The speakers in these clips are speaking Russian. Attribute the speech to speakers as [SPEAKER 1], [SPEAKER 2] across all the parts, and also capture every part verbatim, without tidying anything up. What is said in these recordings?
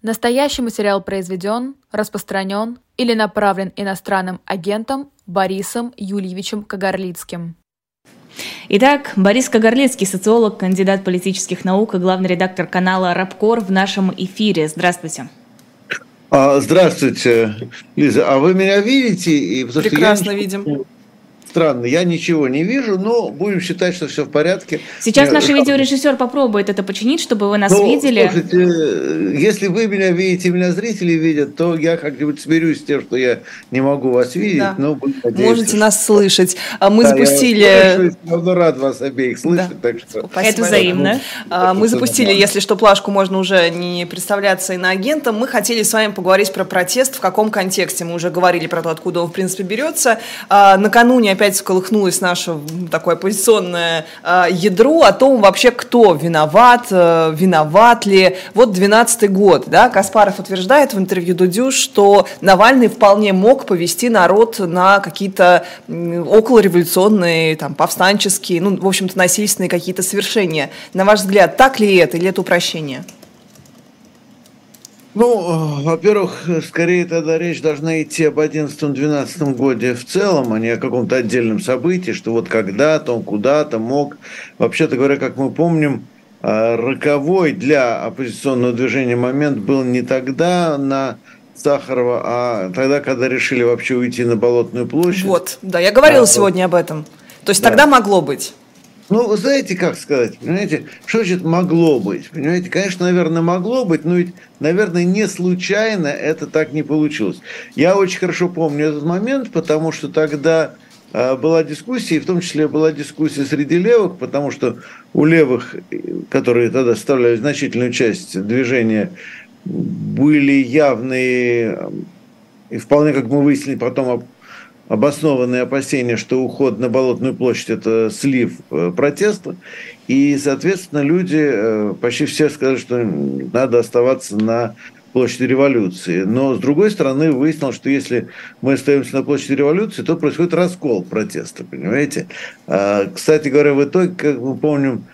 [SPEAKER 1] Настоящий материал произведен, распространен или направлен иностранным агентом Борисом Юльевичем Кагарлицким.
[SPEAKER 2] Итак, Борис Кагарлицкий, социолог, кандидат политических наук и главный редактор канала «Рабкор» в нашем эфире. Здравствуйте.
[SPEAKER 3] Здравствуйте, Лиза. А вы меня видите? И,
[SPEAKER 4] Прекрасно я... видим.
[SPEAKER 3] Странно, я ничего не вижу, но будем считать, что все в порядке.
[SPEAKER 2] Сейчас наш видеорежиссер попробует это починить, чтобы вы нас
[SPEAKER 3] ну,
[SPEAKER 2] видели.
[SPEAKER 3] Слушайте, если вы меня видите, меня зрители видят, то я как-нибудь смирюсь с тем, что я не могу вас видеть.
[SPEAKER 4] Да.
[SPEAKER 3] Но
[SPEAKER 4] можете
[SPEAKER 3] что...
[SPEAKER 4] нас слышать. Мы
[SPEAKER 3] да,
[SPEAKER 4] запустили...
[SPEAKER 3] Я давно рад вас обеих слышать.
[SPEAKER 4] Да.
[SPEAKER 3] Так что...
[SPEAKER 2] Это взаимно.
[SPEAKER 4] Ну, мы запустили, если что, плашку, можно уже не представляться иноагентом. Мы хотели с вами поговорить про протест, в каком контексте. Мы уже говорили про то, откуда он, в принципе, берется. Накануне опять всколыхнулось наше такое оппозиционное э, ядро о том вообще, кто виноват, э, виноват ли. Вот двенадцатый год, да, Каспаров утверждает в интервью Дудю, что Навальный вполне мог повести народ на какие-то э, околореволюционные, там, повстанческие, ну, в общем-то, насильственные какие-то совершения. На ваш взгляд, так ли это или это упрощение?
[SPEAKER 3] Ну, во-первых, скорее тогда речь должна идти об одиннадцатом-двенадцатом годе в целом, а не о каком-то отдельном событии, что вот когда-то он куда-то мог. Вообще-то говоря, как мы помним, роковой для оппозиционного движения момент был не тогда на Сахарова, а тогда, когда решили вообще уйти на Болотную площадь.
[SPEAKER 4] Вот, да, я говорила а, сегодня об этом. То есть да. Тогда могло быть.
[SPEAKER 3] Ну, вы знаете, как сказать, понимаете, что значит могло быть? Понимаете, конечно, наверное, могло быть, но ведь, наверное, не случайно это так не получилось. Я очень хорошо помню этот момент, потому что тогда э, была дискуссия, и в том числе была дискуссия среди левых, потому что у левых, которые тогда составляли значительную часть движения, были явные, и вполне, как мы выяснили потом, обоснованные опасения, что уход на Болотную площадь – это слив протеста. И, соответственно, люди, почти все сказали, что надо оставаться на площади Революции. Но, с другой стороны, выяснилось, что если мы остаемся на площади Революции, то происходит раскол протеста, понимаете? Кстати говоря, в итоге, как мы помним,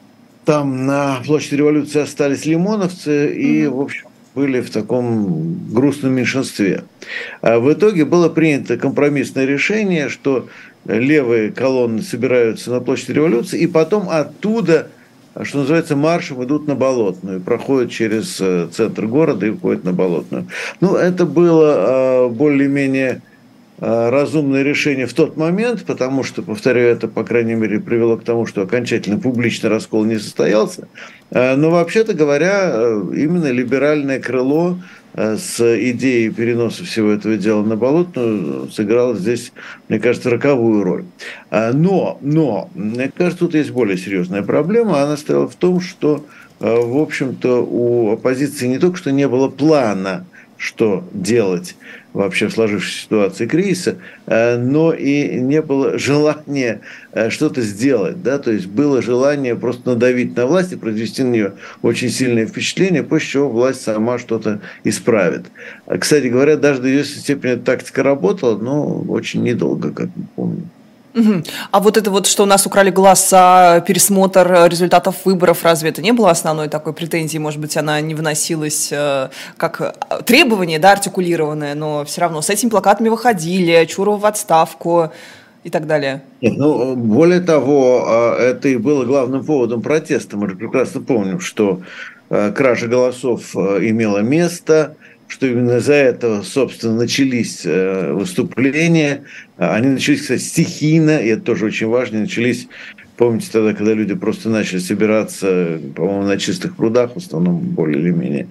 [SPEAKER 3] там на площади Революции остались лимоновцы и, в общем, были в таком грустном меньшинстве. А в итоге было принято компромиссное решение, что левые колонны собираются на площади Революции, и потом оттуда, что называется, маршем идут на Болотную, проходят через центр города и входят на Болотную. Ну, это было более-менее разумное решение в тот момент, потому что, повторяю, это, по крайней мере, привело к тому, что окончательно публичный раскол не состоялся. Но, вообще-то говоря, именно либеральное крыло с идеей переноса всего этого дела на Болотную сыграло здесь, мне кажется, роковую роль. Но, но, мне кажется, тут есть более серьезная проблема. Она стояла в том, что, в общем-то, у оппозиции не только что не было плана, что делать вообще в сложившейся ситуации кризиса, но и не было желания что-то сделать. Да? То есть было желание просто надавить на власть и произвести на нее очень сильное впечатление, после чего власть сама что-то исправит. Кстати говоря, даже до ее степени эта тактика работала, но очень недолго, как мы помним.
[SPEAKER 4] Угу. А вот это вот, что у нас украли глаз за пересмотр результатов выборов, разве это не было основной такой претензией? Может быть, она не выносилась э, как требование, да, артикулированное, но все равно с этими плакатами выходили, Чурова в отставку и так далее.
[SPEAKER 3] Нет, ну, более того, это и было главным поводом протеста. Мы же прекрасно помним, что кража голосов имела место, что именно из-за этого, собственно, начались выступления. Они начались, кстати, стихийно, и это тоже очень важно, начались, помните, тогда, когда люди просто начали собираться, по-моему, на чистых прудах, в основном, более или менее.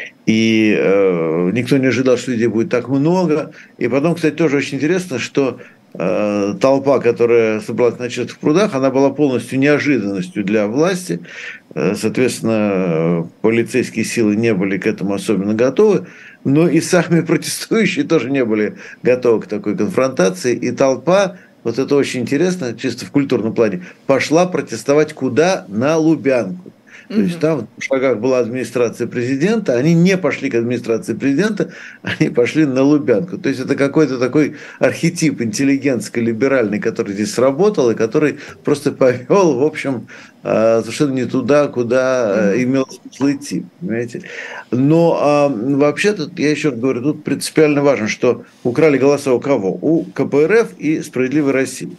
[SPEAKER 3] И э, никто не ожидал, что людей будет так много. И потом, кстати, тоже очень интересно, что э, толпа, которая собралась на чистых прудах, она была полностью неожиданностью для власти. Э, соответственно, полицейские силы не были к этому особенно готовы. Но и сами протестующие тоже не были готовы к такой конфронтации. И толпа, вот это очень интересно, чисто в культурном плане, пошла протестовать куда? На Лубянку. То mm-hmm. есть там в шагах была администрация президента, они не пошли к администрации президента, они пошли на Лубянку. То есть это какой-то такой архетип интеллигентско-либеральный, который здесь сработал и который просто повел, в общем, совершенно не туда, куда mm-hmm. имел смысл идти. Понимаете? Но а, вообще-то, я еще раз говорю, тут принципиально важно, что украли голоса у кого? У ка пэ эр эф и «Справедливой России».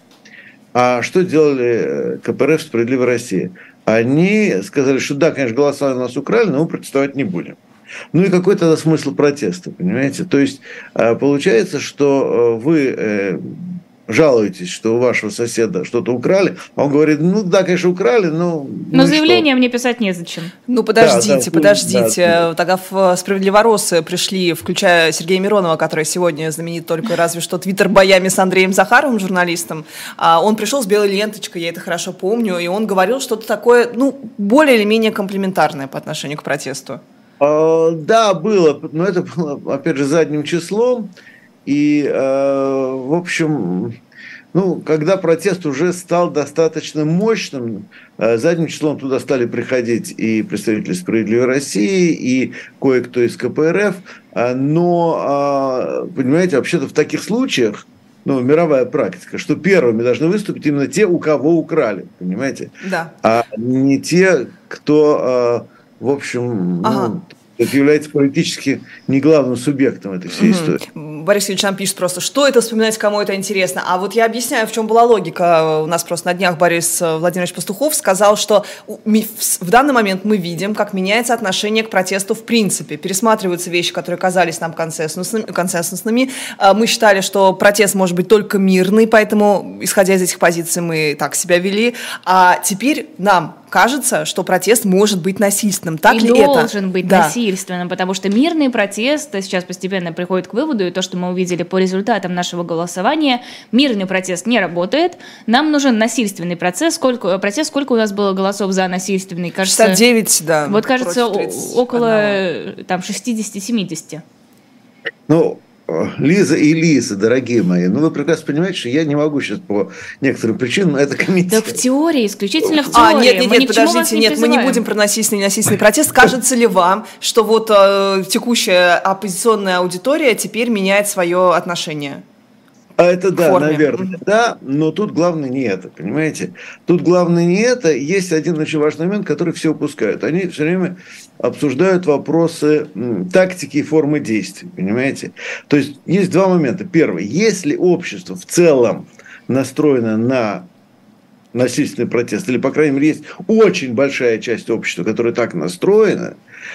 [SPEAKER 3] А что делали ка пэ эр эф, «Справедливая Россия»? Они сказали, что да, конечно, голоса у нас украли, но мы протестовать не будем. Ну и какой тогда смысл протеста, понимаете? То есть получается, что вы жалуетесь, что у вашего соседа что-то украли, а он говорит, ну да, конечно, украли, но...
[SPEAKER 2] Но ну заявление мне писать незачем.
[SPEAKER 4] Ну подождите, да, да, подождите.
[SPEAKER 3] Да,
[SPEAKER 4] Тогда в «Справедливоросы» пришли, включая Сергея Миронова, который сегодня знаменит только разве что твиттер-боями с Андреем Захаровым, журналистом. Он пришел с белой ленточкой, я это хорошо помню, и он говорил что-то такое, ну, более или менее комплиментарное по отношению к протесту.
[SPEAKER 3] А, да, было, но это было, опять же, задним числом. И, э, в общем, ну, когда протест уже стал достаточно мощным, э, задним числом туда стали приходить и представители «Справедливой России», и кое-кто из ка пэ эр эф. Э, но, э, понимаете, вообще-то в таких случаях, ну, мировая практика, что первыми должны выступить именно те, у кого украли, понимаете?
[SPEAKER 4] Да.
[SPEAKER 3] А не те, кто, э, в общем...
[SPEAKER 4] Ага.
[SPEAKER 3] Ну, это является политически не главным субъектом этой всей
[SPEAKER 4] угу.
[SPEAKER 3] истории.
[SPEAKER 4] Борис Ильич нам пишет просто, что это вспоминать, кому это интересно. А вот я объясняю, в чем была логика. У нас просто на днях Борис Владимирович Пастухов сказал, что в данный момент мы видим, как меняется отношение к протесту в принципе. Пересматриваются вещи, которые казались нам консенсусными. консенсусными. Мы считали, что протест может быть только мирный, поэтому, исходя из этих позиций, мы так себя вели. А теперь нам кажется, что протест может быть насильственным. Так
[SPEAKER 2] и
[SPEAKER 4] ли
[SPEAKER 2] должен
[SPEAKER 4] это?
[SPEAKER 2] должен быть
[SPEAKER 4] да.
[SPEAKER 2] насильственным, потому что мирный протест сейчас постепенно приходит к выводу, и то, что мы увидели по результатам нашего голосования, мирный протест не работает, нам нужен насильственный процесс. Сколько, протест, сколько у нас было голосов за насильственный? Кажется,
[SPEAKER 4] шестьдесят девять, да.
[SPEAKER 2] Вот кажется, около там, шестьдесят-семьдесят.
[SPEAKER 3] Ну, Лиза и Лиза, дорогие мои, ну вы прекрасно понимаете, что я не могу сейчас по некоторым причинам это комментировать.
[SPEAKER 2] Так в теории, исключительно в теории.
[SPEAKER 4] А, нет, нет,
[SPEAKER 2] мы
[SPEAKER 4] нет, подождите,
[SPEAKER 2] не
[SPEAKER 4] нет, мы не будем про насильственный и насильственный протест. Кажется ли вам, что вот э, текущая оппозиционная аудитория теперь меняет свое отношение?
[SPEAKER 3] А это да,
[SPEAKER 4] форме.
[SPEAKER 3] наверное, да, но тут главное не это, понимаете? Тут главное не это. Есть один очень важный момент, который все упускают. Они все время обсуждают вопросы м, тактики и формы действий, понимаете? То есть есть два момента. Первый, если общество в целом настроено на насильственный протест, или, по крайней мере, есть очень большая часть общества, которая так настроена,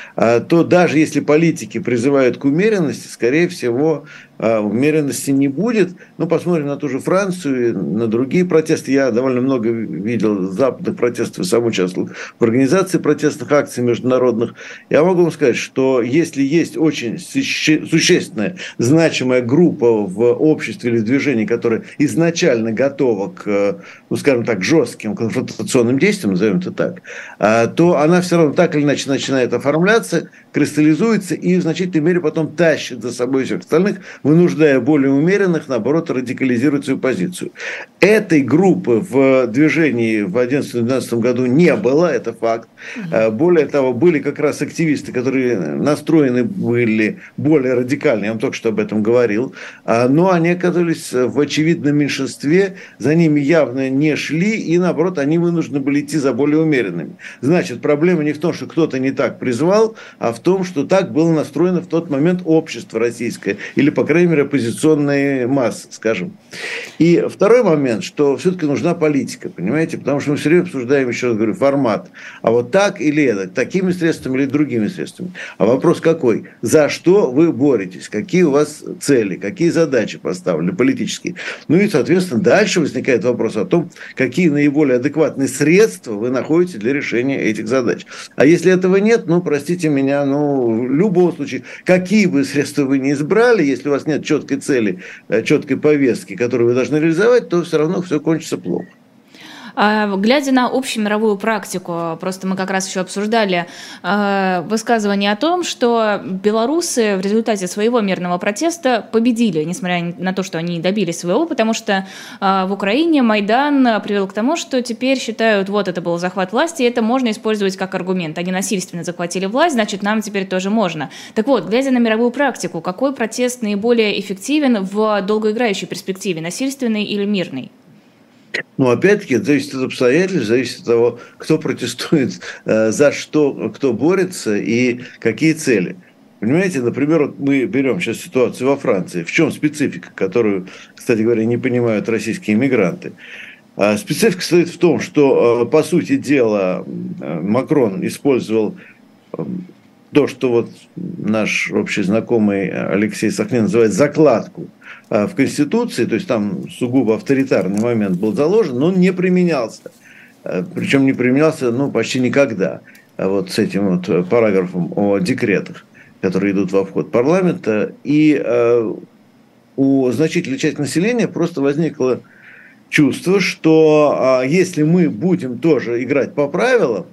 [SPEAKER 3] то даже если политики призывают к умеренности, скорее всего, умеренности не будет. Ну, посмотрим на ту же Францию и на другие протесты. Я довольно много видел западных протестов и сам участвовал в организации протестных акций международных. Я могу вам сказать, что если есть очень существенная, значимая группа в обществе или в движении, которая изначально готова к, ну, скажем так, жестким конфронтационным действиям, назовем это так, то она все равно так или иначе начинает оформляться, кристаллизуется и в значительной мере потом тащит за собой всех остальных, вынуждая более умеренных, наоборот, радикализировать свою позицию. Этой группы в движении в две тысячи одиннадцатом-две тысячи двенадцатом году не было, это факт. Mm-hmm. Более того, были как раз активисты, которые настроены были более радикально, я вам только что об этом говорил, но они оказались в очевидном меньшинстве, за ними явно не шли, и наоборот, они вынуждены были идти за более умеренными. Значит, проблема не в том, что кто-то не так призвал, а в том, что так было настроено в тот момент общество российское, или, по крайней мере, оппозиционные массы, скажем. И второй момент, что все-таки нужна политика, понимаете, потому что мы все время обсуждаем, еще раз говорю, формат, а вот так или это, такими средствами или другими средствами. А вопрос какой? За что вы боретесь? Какие у вас цели? Какие задачи поставлены политические? Ну и, соответственно, дальше возникает вопрос о том, какие наиболее адекватные средства вы находите для решения этих задач. А если этого нет, ну, простите меня, ну, в любом случае, какие бы средства вы ни избрали, если у вас нет четкой цели, четкой повестки, которую вы должны реализовать, то все равно все кончится плохо.
[SPEAKER 2] Глядя на общемировую практику, просто мы как раз еще обсуждали высказывание о том, что белорусы в результате своего мирного протеста победили, несмотря на то, что они добились своего, потому что в Украине Майдан привел к тому, что теперь считают, вот это был захват власти, и это можно использовать как аргумент. Они насильственно захватили власть, значит, нам теперь тоже можно. Так вот, глядя на мировую практику, какой протест наиболее эффективен в долгоиграющей перспективе, насильственный или мирный?
[SPEAKER 3] Ну, опять-таки, это зависит от обстоятельств, зависит от того, кто протестует, за что, кто борется и какие цели. Понимаете, например, вот мы берем сейчас ситуацию во Франции. В чем специфика, которую, кстати говоря, не понимают российские иммигранты? Специфика состоит в том, что, по сути дела, Макрон использовал то, что вот наш общий знакомый Алексей Сахнин называет закладку в Конституции, то есть там сугубо авторитарный момент был заложен, но он не применялся. Причем не применялся ну, почти никогда вот с этим вот параграфом о декретах, которые идут во вход парламента. И у значительной части населения просто возникло чувство, что если мы будем тоже играть по правилам,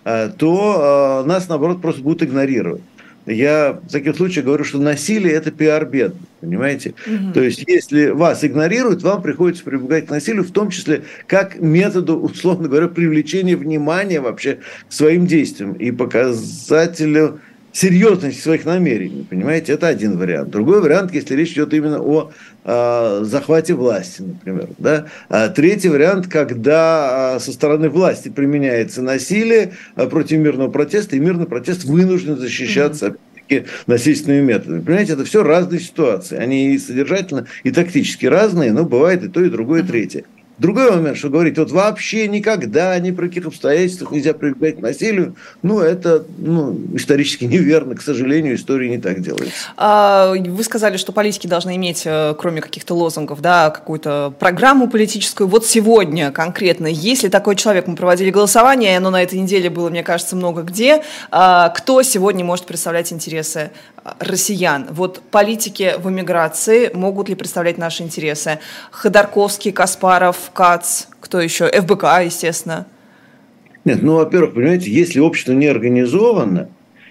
[SPEAKER 3] то нас, наоборот, просто будут игнорировать. Я в таких случаях говорю, что насилие – это пиар-бедность, понимаете? Угу. То есть, если вас игнорируют, вам приходится прибегать к насилию, в том числе как методу, условно говоря, привлечения внимания вообще к своим действиям и показателю серьезности своих намерений, понимаете? Это один вариант. Другой вариант, если речь идет именно о э, захвате власти, например. Да? А третий вариант, когда э, со стороны власти применяется насилие э, против мирного протеста, и мирный протест вынужден защищаться mm-hmm. насильственными методами. Понимаете, это все разные ситуации. Они и содержательно, и тактически разные, но бывает и то, и другое, и третье. Другой момент, что говорить, вот вообще никогда, ни при каких обстоятельствах нельзя прибегать к насилию, ну, это ну, исторически неверно, к сожалению, история не так делается.
[SPEAKER 4] А, вы сказали, что политики должны иметь, кроме каких-то лозунгов, да, какую-то программу политическую. Вот сегодня конкретно, если такой человек, мы проводили голосование, и оно на этой неделе было, мне кажется, много где, а, кто сегодня может представлять интересы россиян? Вот политики в эмиграции могут ли представлять наши интересы? Ходорковский, Каспаров, Кац, кто еще? эф бэ ка, естественно.
[SPEAKER 3] Нет, ну, во-первых, понимаете, если общество не организовано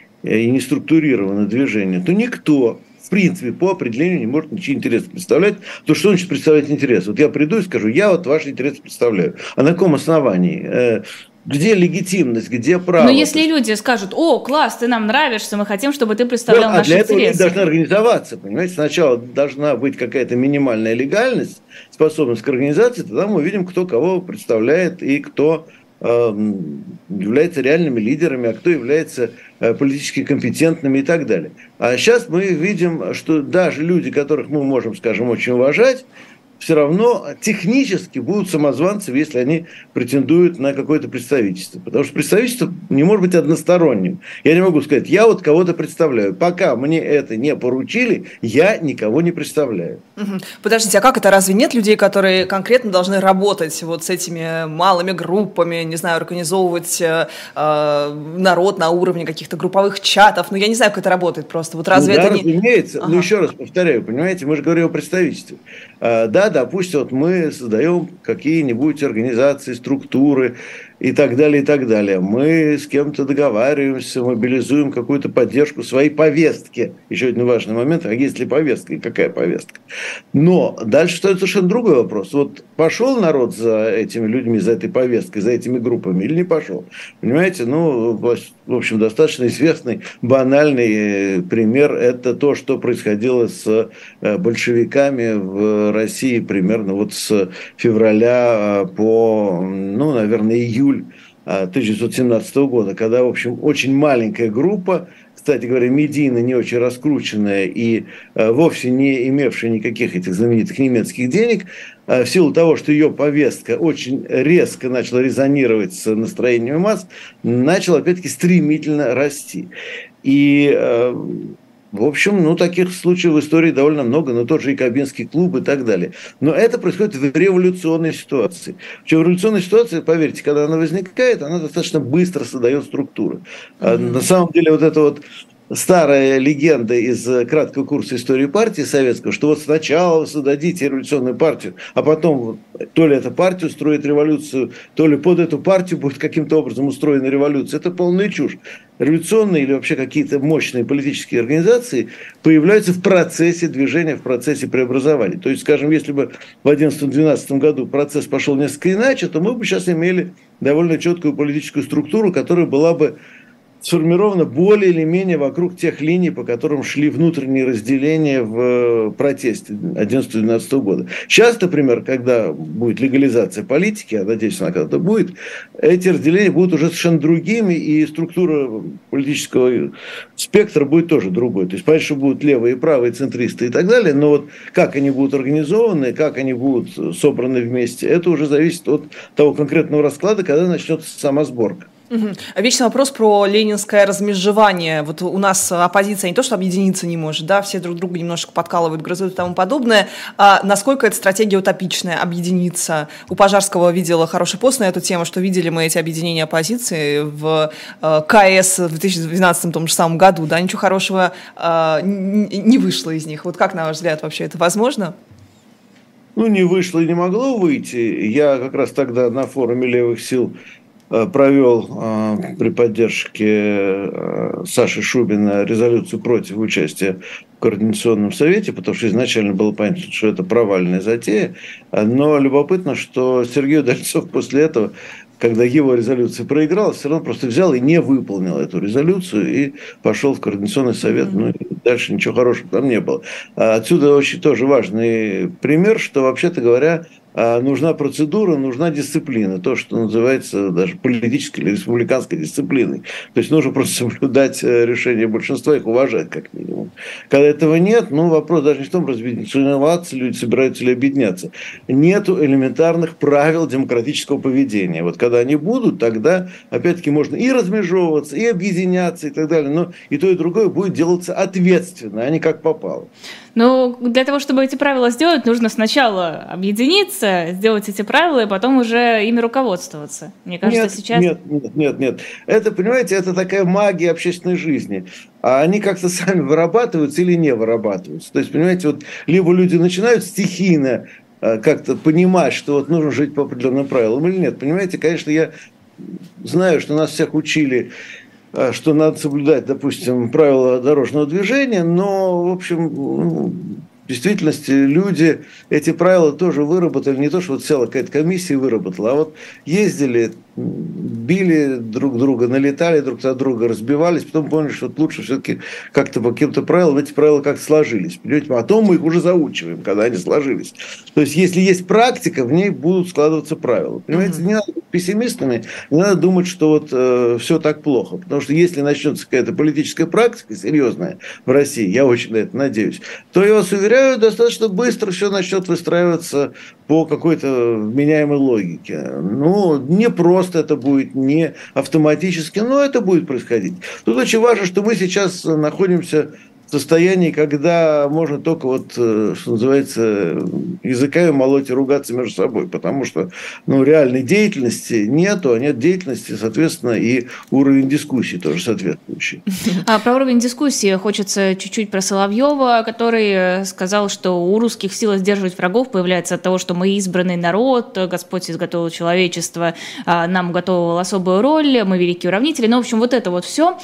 [SPEAKER 3] и не структурировано движение, то никто, в принципе, по определению не может ничьи интересы представлять. То, что значит представлять интересы? Вот я приду и скажу, я вот ваши интересы представляю. А на каком основании? Где легитимность, где право?
[SPEAKER 2] Но если люди скажут, о, класс, ты нам нравишься, мы хотим, чтобы ты представлял
[SPEAKER 3] да,
[SPEAKER 2] наши
[SPEAKER 3] интересы. А для этого
[SPEAKER 2] интересы.
[SPEAKER 3] люди должны организоваться, понимаете? Сначала должна быть какая-то минимальная легальность, способность к организации, тогда мы увидим, кто кого представляет и кто э, является реальными лидерами, а кто является э, политически компетентными и так далее. А сейчас мы видим, что даже люди, которых мы можем, скажем, очень уважать, все равно технически будут самозванцами, если они претендуют на какое-то представительство. Потому что представительство не может быть односторонним. Я не могу сказать, я вот кого-то представляю. Пока мне это не поручили, я никого не представляю.
[SPEAKER 4] Угу. Подождите, а как это? Разве нет людей, которые конкретно должны работать вот с этими малыми группами, не знаю, организовывать э, народ на уровне каких-то групповых чатов? Ну, я не знаю, как это работает просто. Вот разве
[SPEAKER 3] ну,
[SPEAKER 4] это
[SPEAKER 3] да,
[SPEAKER 4] не...
[SPEAKER 3] разумеется.
[SPEAKER 4] Ага.
[SPEAKER 3] Но еще раз повторяю, понимаете, мы же говорим о представительстве. А, да, допустим, вот мы создаем какие-нибудь организации, структуры и так далее, и так далее. Мы с кем-то договариваемся, мобилизуем какую-то поддержку своей повестки. Еще один важный момент, а есть ли повестка и какая повестка. Но дальше стоит совершенно другой вопрос. Вот пошел народ за этими людьми, за этой повесткой, за этими группами или не пошел? Понимаете, ну, в общем, достаточно известный, банальный пример – это то, что происходило с большевиками в России примерно вот с февраля по, ну, наверное, июль тысяча девятьсот семнадцатого года, когда, в общем, очень маленькая группа, кстати говоря, медийно не очень раскрученная и вовсе не имевшая никаких этих знаменитых немецких денег, в силу того, что ее повестка очень резко начала резонировать с настроениями масс, начала, опять-таки, стремительно расти. И в общем, ну, таких случаев в истории довольно много, но тот же и Кабинский клуб и так далее. Но это происходит в революционной ситуации. Причем революционная ситуация, поверьте, когда она возникает, она достаточно быстро создает структуры. Mm-hmm. На самом деле, вот это вот старая легенда из краткого курса истории партии советского, что вот сначала вы создадите революционную партию, а потом то ли эта партия устроит революцию, то ли под эту партию будет каким-то образом устроена революция. Это полная чушь. Революционные или вообще какие-то мощные политические организации появляются в процессе движения, в процессе преобразования. То есть, скажем, если бы в одиннадцатом-двенадцатом году процесс пошел несколько иначе, то мы бы сейчас имели довольно четкую политическую структуру, которая была бы сформировано более или менее вокруг тех линий, по которым шли внутренние разделения в протесте одиннадцатого-двенадцатого года. Сейчас, например, когда будет легализация политики, я надеюсь, она когда-то будет, эти разделения будут уже совершенно другими, и структура политического спектра будет тоже другой. То есть, понятно, что будут левые и правые, центристы и так далее, но вот как они будут организованы, как они будут собраны вместе, это уже зависит от того конкретного расклада, когда начнется сама сборка.
[SPEAKER 4] Угу. Вечный вопрос про ленинское размежевание. Вот у нас оппозиция не то, что объединиться не может, да, все друг друга немножко подкалывают, грызут и тому подобное. А насколько эта стратегия утопичная, объединиться? У Пожарского видела хороший пост на эту тему, что видели мы эти объединения оппозиции в э, КС в две тысячи двенадцатом том же самом году, да, ничего хорошего э, не вышло из них. Вот как, на ваш взгляд, вообще это возможно?
[SPEAKER 3] Ну, не вышло и не могло выйти. Я как раз тогда на форуме левых сил провел э, при поддержке э, Саши Шубина резолюцию против участия в Координационном совете, потому что изначально было понятно, что это провальная затея. Но любопытно, что Сергей Удальцов после этого, когда его резолюция проигралась, все равно просто взял и не выполнил эту резолюцию и пошел в Координационный совет. Ну, и дальше ничего хорошего там не было. Отсюда очень тоже важный пример, что, вообще-то говоря, нужна процедура, нужна дисциплина. То, что называется даже политической или республиканской дисциплиной. То есть нужно просто соблюдать решения большинства, их уважать как минимум. Когда этого нет, ну вопрос даже не в том, разъединяться люди собираются или объединяться. Нету элементарных правил демократического поведения. Вот когда они будут, тогда опять-таки можно и размежевываться, и объединяться, и так далее. Но и то, и другое будет делаться ответственно, а не как попало.
[SPEAKER 2] Ну, для того, чтобы эти правила сделать, нужно сначала объединиться, сделать эти правила, и потом уже ими руководствоваться. Мне кажется,
[SPEAKER 3] нет,
[SPEAKER 2] сейчас...
[SPEAKER 3] Нет, нет, нет, нет. Это, понимаете, это такая магия общественной жизни. А они как-то сами вырабатываются или не вырабатываются. То есть, понимаете, вот либо люди начинают стихийно как-то понимать, что вот нужно жить по определенным правилам, или нет. Понимаете, конечно, я знаю, что нас всех учили, что надо соблюдать, допустим, правила дорожного движения, но, в общем, в действительности люди эти правила тоже выработали, не то, что вот села какая-то комиссия и выработала, а вот ездили, били друг друга, налетали друг на друга, разбивались, потом поняли, что лучше все-таки как-то по каким-то правилам, эти правила как-то сложились. Понимаете? Потом мы их уже заучиваем, когда они сложились. То есть, если есть практика, в ней будут складываться правила. Понимаете, mm-hmm. не надо быть пессимистами, не надо думать, что вот э, все так плохо. Потому что если начнется какая-то политическая практика серьезная в России, я очень на это надеюсь, то я вас уверяю, достаточно быстро все начнет выстраиваться по какой-то вменяемой логике. Ну, не просто это будет, не автоматически, но это будет происходить. Тут очень важно, что мы сейчас находимся в состоянии, когда можно только вот, что называется, языками молоть и ругаться между собой, потому что, ну, реальной деятельности нету, а нет деятельности, соответственно, и уровень дискуссии тоже соответствующий.
[SPEAKER 2] А про уровень дискуссии хочется чуть-чуть про Соловьева, который сказал, что у русских сила сдерживать врагов появляется от того, что мы избранный народ, Господь изготовил человечество, нам уготовил особую роль, мы великие уравнители, ну, в общем, вот это вот все.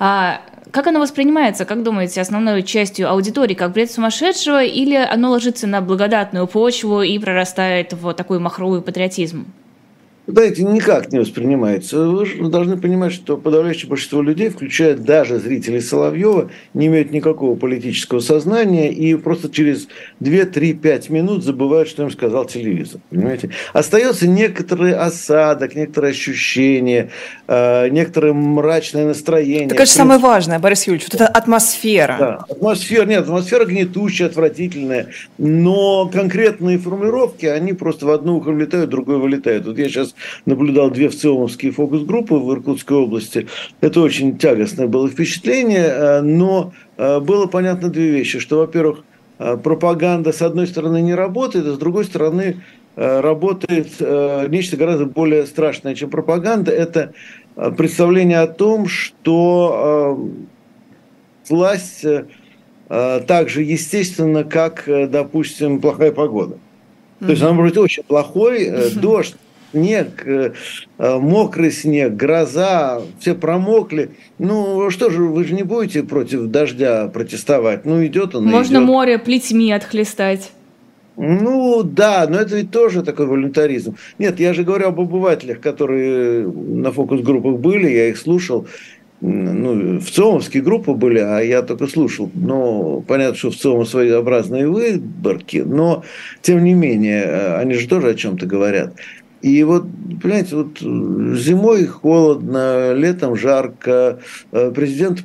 [SPEAKER 2] Как оно воспринимается, как думаете, основной частью аудитории, как бред сумасшедшего, или оно ложится на благодатную почву и прорастает в такой махровый патриотизм?
[SPEAKER 3] Знаете, никак не воспринимается. Вы должны понимать, что подавляющее большинство людей, включая даже зрителей Соловьева, не имеют никакого политического сознания и просто через две-три-пять минут забывают, что им сказал телевизор. Понимаете? Остается некоторый осадок, некоторое ощущение, некоторое мрачное настроение.
[SPEAKER 4] Так это же самое важное, Борис Юрьевич, вот эта атмосфера.
[SPEAKER 3] Да, атмосфера, нет, атмосфера гнетущая, отвратительная, но конкретные формулировки, они просто в одно ухо влетают, в другое вылетают. Вот я сейчас наблюдал две ВЦИОМовские фокус-группы в Иркутской области. Это очень тягостное было впечатление, но было понятно две вещи, что, во-первых, пропаганда, с одной стороны, не работает, а с другой стороны, работает нечто гораздо более страшное, чем пропаганда. Это представление о том, что власть так же естественно, как, допустим, плохая погода. То есть она может быть очень плохой, дождь, снег, мокрый снег, гроза, все промокли. Ну, что же, вы же не будете против дождя протестовать. Ну, идет он и
[SPEAKER 2] Можно
[SPEAKER 3] идет.
[SPEAKER 2] море плетьми отхлестать.
[SPEAKER 3] Ну, да, но это ведь тоже такой волюнтаризм. Нет, я же говорю об обывателях, которые на фокус-группах были, я их слушал. Ну, в ЦИОМовские группы были, а я только слушал. Но понятно, что в ЦИОМе своеобразные выборки, но, тем не менее, они же тоже о чем-то говорят. И вот, понимаете, вот зимой холодно, летом жарко, президент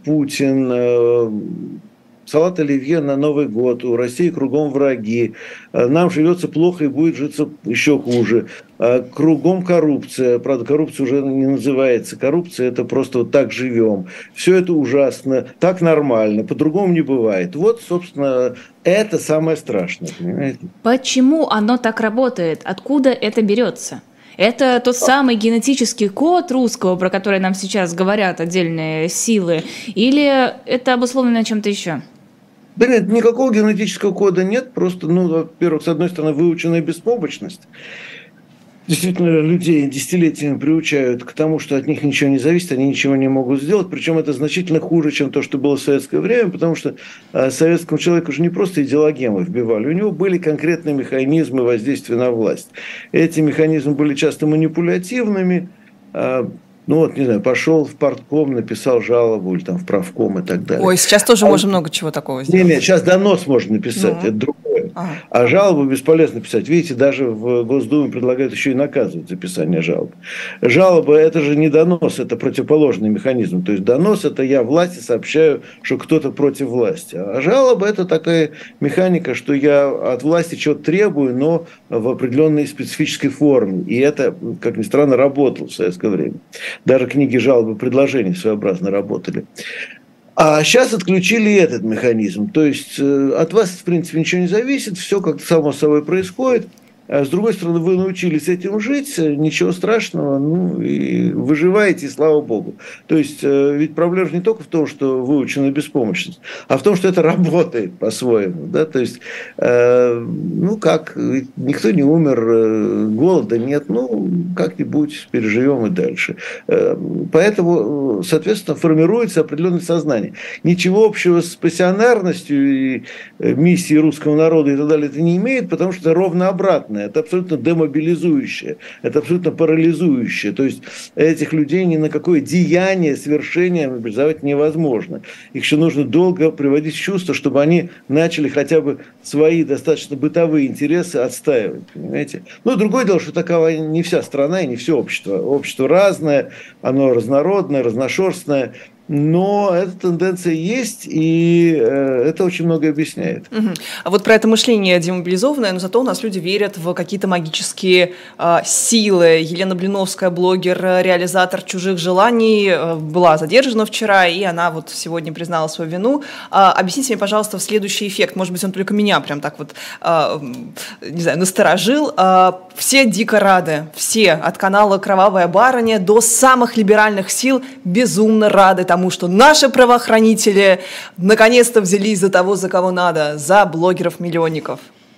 [SPEAKER 3] Путин, салат оливье на Новый год, у России кругом враги, нам живется плохо и будет житься еще хуже. Кругом коррупция, правда, коррупция уже не называется, коррупция это просто вот так живем. Все это ужасно, так нормально, по-другому не бывает. Вот, собственно, это самое страшное, понимаете?
[SPEAKER 2] Почему оно так работает? Откуда это берется? Это тот самый генетический код русского, про который нам сейчас говорят отдельные силы, или это обусловлено чем-то еще?
[SPEAKER 3] Да нет, никакого генетического кода нет, просто, ну, во-первых, с одной стороны, выученная беспомощность. Действительно, людей десятилетиями приучают к тому, что от них ничего не зависит, они ничего не могут сделать. Причем это значительно хуже, чем то, что было в советское время, потому что советскому человеку же не просто идеологемы вбивали, у него были конкретные механизмы воздействия на власть. Эти механизмы были часто манипулятивными. Ну вот, не знаю, пошел в партком, написал жалобу или там в правком и так далее.
[SPEAKER 4] Ой, сейчас тоже а, можно много чего такого сделать.
[SPEAKER 3] Нет, нет, сейчас донос можно написать, ну. это другое. Ага. А жалобу бесполезно писать. Видите, даже в Госдуме предлагают еще и наказывать за писание жалоб. Жалоба – это же не донос, это противоположный механизм. То есть донос – это я власти сообщаю, что кто-то против власти. А жалоба – это такая механика, что я от власти чего-то требую, но в определенной специфической форме. И это, как ни странно, работало в советское время. Даже книги жалобы, предложений своеобразно работали. А сейчас отключили этот механизм. То есть от вас, в принципе, ничего не зависит, все как-то само собой происходит. А с другой стороны, вы научились этим жить, ничего страшного, ну и выживаете, и слава богу. То есть ведь проблема же не только в том, что выучена беспомощность, а в том, что это работает по-своему. Да? То есть, э, ну как, никто не умер, голода нет, ну как-нибудь переживем и дальше. Поэтому, соответственно, формируется определенное сознание. Ничего общего с пассионарностью и миссией русского народа и так далее это не имеет, потому что это ровно обратное. Это абсолютно демобилизующее, это абсолютно парализующее. То есть этих людей ни на какое деяние, свершение мобилизовать невозможно. Их еще нужно долго приводить в чувство, чтобы они начали хотя бы свои достаточно бытовые интересы отстаивать. Понимаете? Ну, другое дело, что такова не вся страна и не все общество. Общество разное, оно разнородное, разношерстное. Но эта тенденция есть, и э, это очень многое объясняет.
[SPEAKER 4] Угу. А вот про это мышление демобилизованное, но зато у нас люди верят в какие-то магические э, силы. Елена Блиновская, блогер, реализатор чужих желаний, э, была задержана вчера, и она вот сегодня признала свою вину. Э, объясните мне, пожалуйста, следующий эффект. Может быть, он только меня прям так вот, э, не знаю, насторожил. Э, все дико рады, все, от канала «Кровавая барыня» до самых либеральных сил безумно рады тому, Потому что наши правоохранители наконец-то взялись за того, за кого надо, за блогеров-миллионников.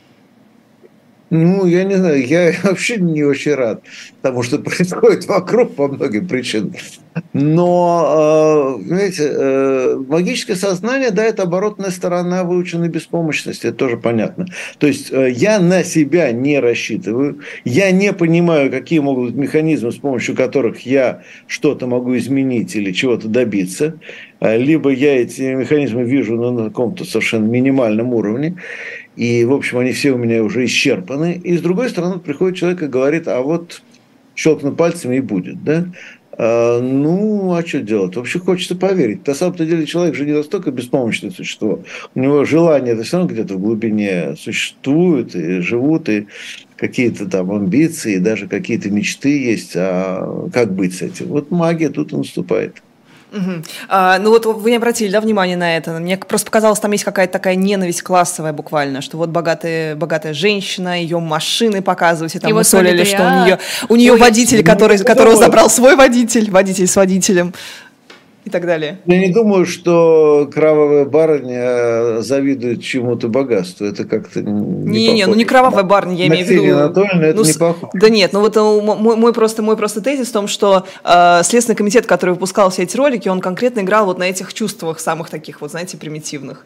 [SPEAKER 3] Ну, я не знаю, я вообще не очень рад тому, что происходит вокруг по многим причинам. Но, знаете, магическое сознание, да, это оборотная сторона выученной беспомощности, это тоже понятно. То есть я на себя не рассчитываю, я не понимаю, какие могут быть механизмы, с помощью которых я что-то могу изменить или чего-то добиться. Либо я эти механизмы вижу на каком-то совершенно минимальном уровне, и, в общем, они все у меня уже исчерпаны. И, с другой стороны, приходит человек и говорит, а вот щелкну пальцами и будет, да? А, ну, а что делать? Вообще хочется поверить. На самом-то деле человек же не настолько беспомощное существо. У него желания это все равно где-то в глубине существуют и живут, и какие-то там амбиции, и даже какие-то мечты есть. А как быть с этим? Вот магия тут и наступает.
[SPEAKER 4] Угу. А, ну вот вы не обратили, да, внимания на это. Мне просто показалось, там есть какая-то такая ненависть классовая буквально, что вот богатая, богатая женщина, ее машины показывают, и там усолили, что у нее, у нее Ой, водитель, который, которого забрал свой водитель, водитель с водителем. и так далее.
[SPEAKER 3] Я не думаю, что кровавая барыня завидует чему-то богатству. Это как-то не
[SPEAKER 4] Не-не, ну не кровавая барыня, я имею в виду...
[SPEAKER 3] Анатольевна, это
[SPEAKER 4] ну,
[SPEAKER 3] не похоже.
[SPEAKER 4] Да нет, ну вот мой, мой, просто, мой просто тезис в том, что э, Следственный комитет, который выпускал все эти ролики, он конкретно играл вот на этих чувствах самых таких вот, знаете, примитивных.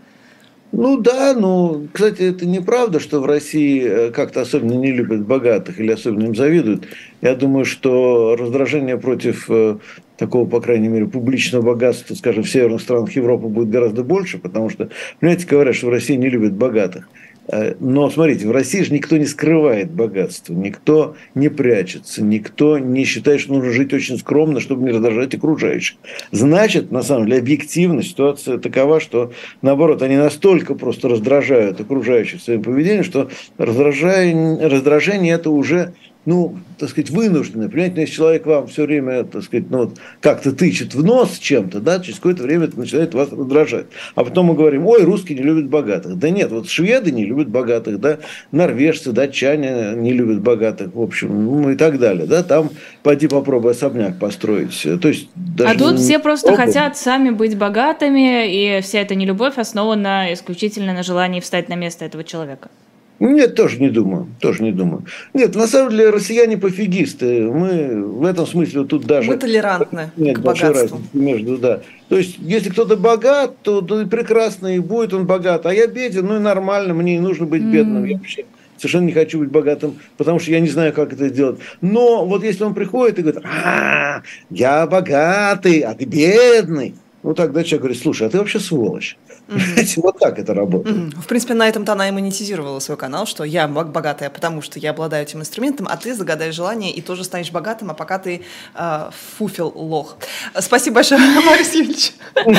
[SPEAKER 3] Ну да, ну, кстати, это неправда, что в России как-то особенно не любят богатых или особенно им завидуют. Я думаю, что раздражение против такого, по крайней мере, публичного богатства, скажем, в северных странах Европы будет гораздо больше, потому что, понимаете, говорят, что в России не любят богатых. Но, смотрите, в России же никто не скрывает богатство, никто не прячется, никто не считает, что нужно жить очень скромно, чтобы не раздражать окружающих. Значит, на самом деле, объективно ситуация такова, что, наоборот, они настолько просто раздражают окружающих своим поведением, что раздражение, раздражение это уже... ну, так сказать, вынуждены. Понимаете, если человек вам все время, так сказать, ну, вот, как-то тычет в нос чем-то, да, через какое-то время это начинает вас раздражать. А потом мы говорим, ой, русские не любят богатых. Да нет, вот шведы не любят богатых, да, норвежцы, датчане не любят богатых, в общем, ну и так далее, да, там пойди попробуй особняк построить. То есть, даже
[SPEAKER 2] а тут все просто
[SPEAKER 3] оба.
[SPEAKER 2] хотят сами быть богатыми, и вся эта нелюбовь основана исключительно на желании встать на место этого человека.
[SPEAKER 3] Нет, тоже не думаю, тоже не думаю. Нет, на самом деле россияне пофигисты. Мы в этом смысле вот тут даже...
[SPEAKER 4] Мы толерантны
[SPEAKER 3] нет
[SPEAKER 4] к
[SPEAKER 3] большой
[SPEAKER 4] богатству.
[SPEAKER 3] разницы между, да. То есть, если кто-то богат, то, то и прекрасно, и будет он богат. А я беден, ну и нормально, мне не нужно быть бедным. Mm. Я вообще совершенно не хочу быть богатым, потому что я не знаю, как это сделать. Но вот если он приходит и говорит, а, я богатый, а ты бедный. Ну, тогда человек говорит, слушай, а ты вообще сволочь. Mm-hmm. Вот так это работает.
[SPEAKER 4] Mm-hmm. В принципе, на этом-то она и монетизировала свой канал, что я богатая, потому что я обладаю этим инструментом, а ты загадай желание и тоже станешь богатым, а пока ты э, фуфел лох. Спасибо большое, Борис Юрьевич,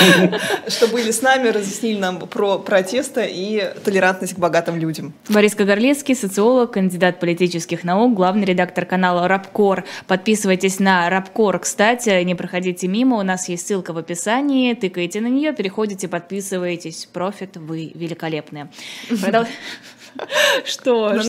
[SPEAKER 4] что были с нами, разъяснили нам про протесты и толерантность к богатым людям.
[SPEAKER 2] Борис Кагарлицкий, социолог, кандидат политических наук, главный редактор канала Рабкор. Подписывайтесь на Рабкор, кстати, не проходите мимо, у нас есть ссылка в описании, тыкаете на нее, переходите, подписываетесь. Профит, вы великолепные. Что?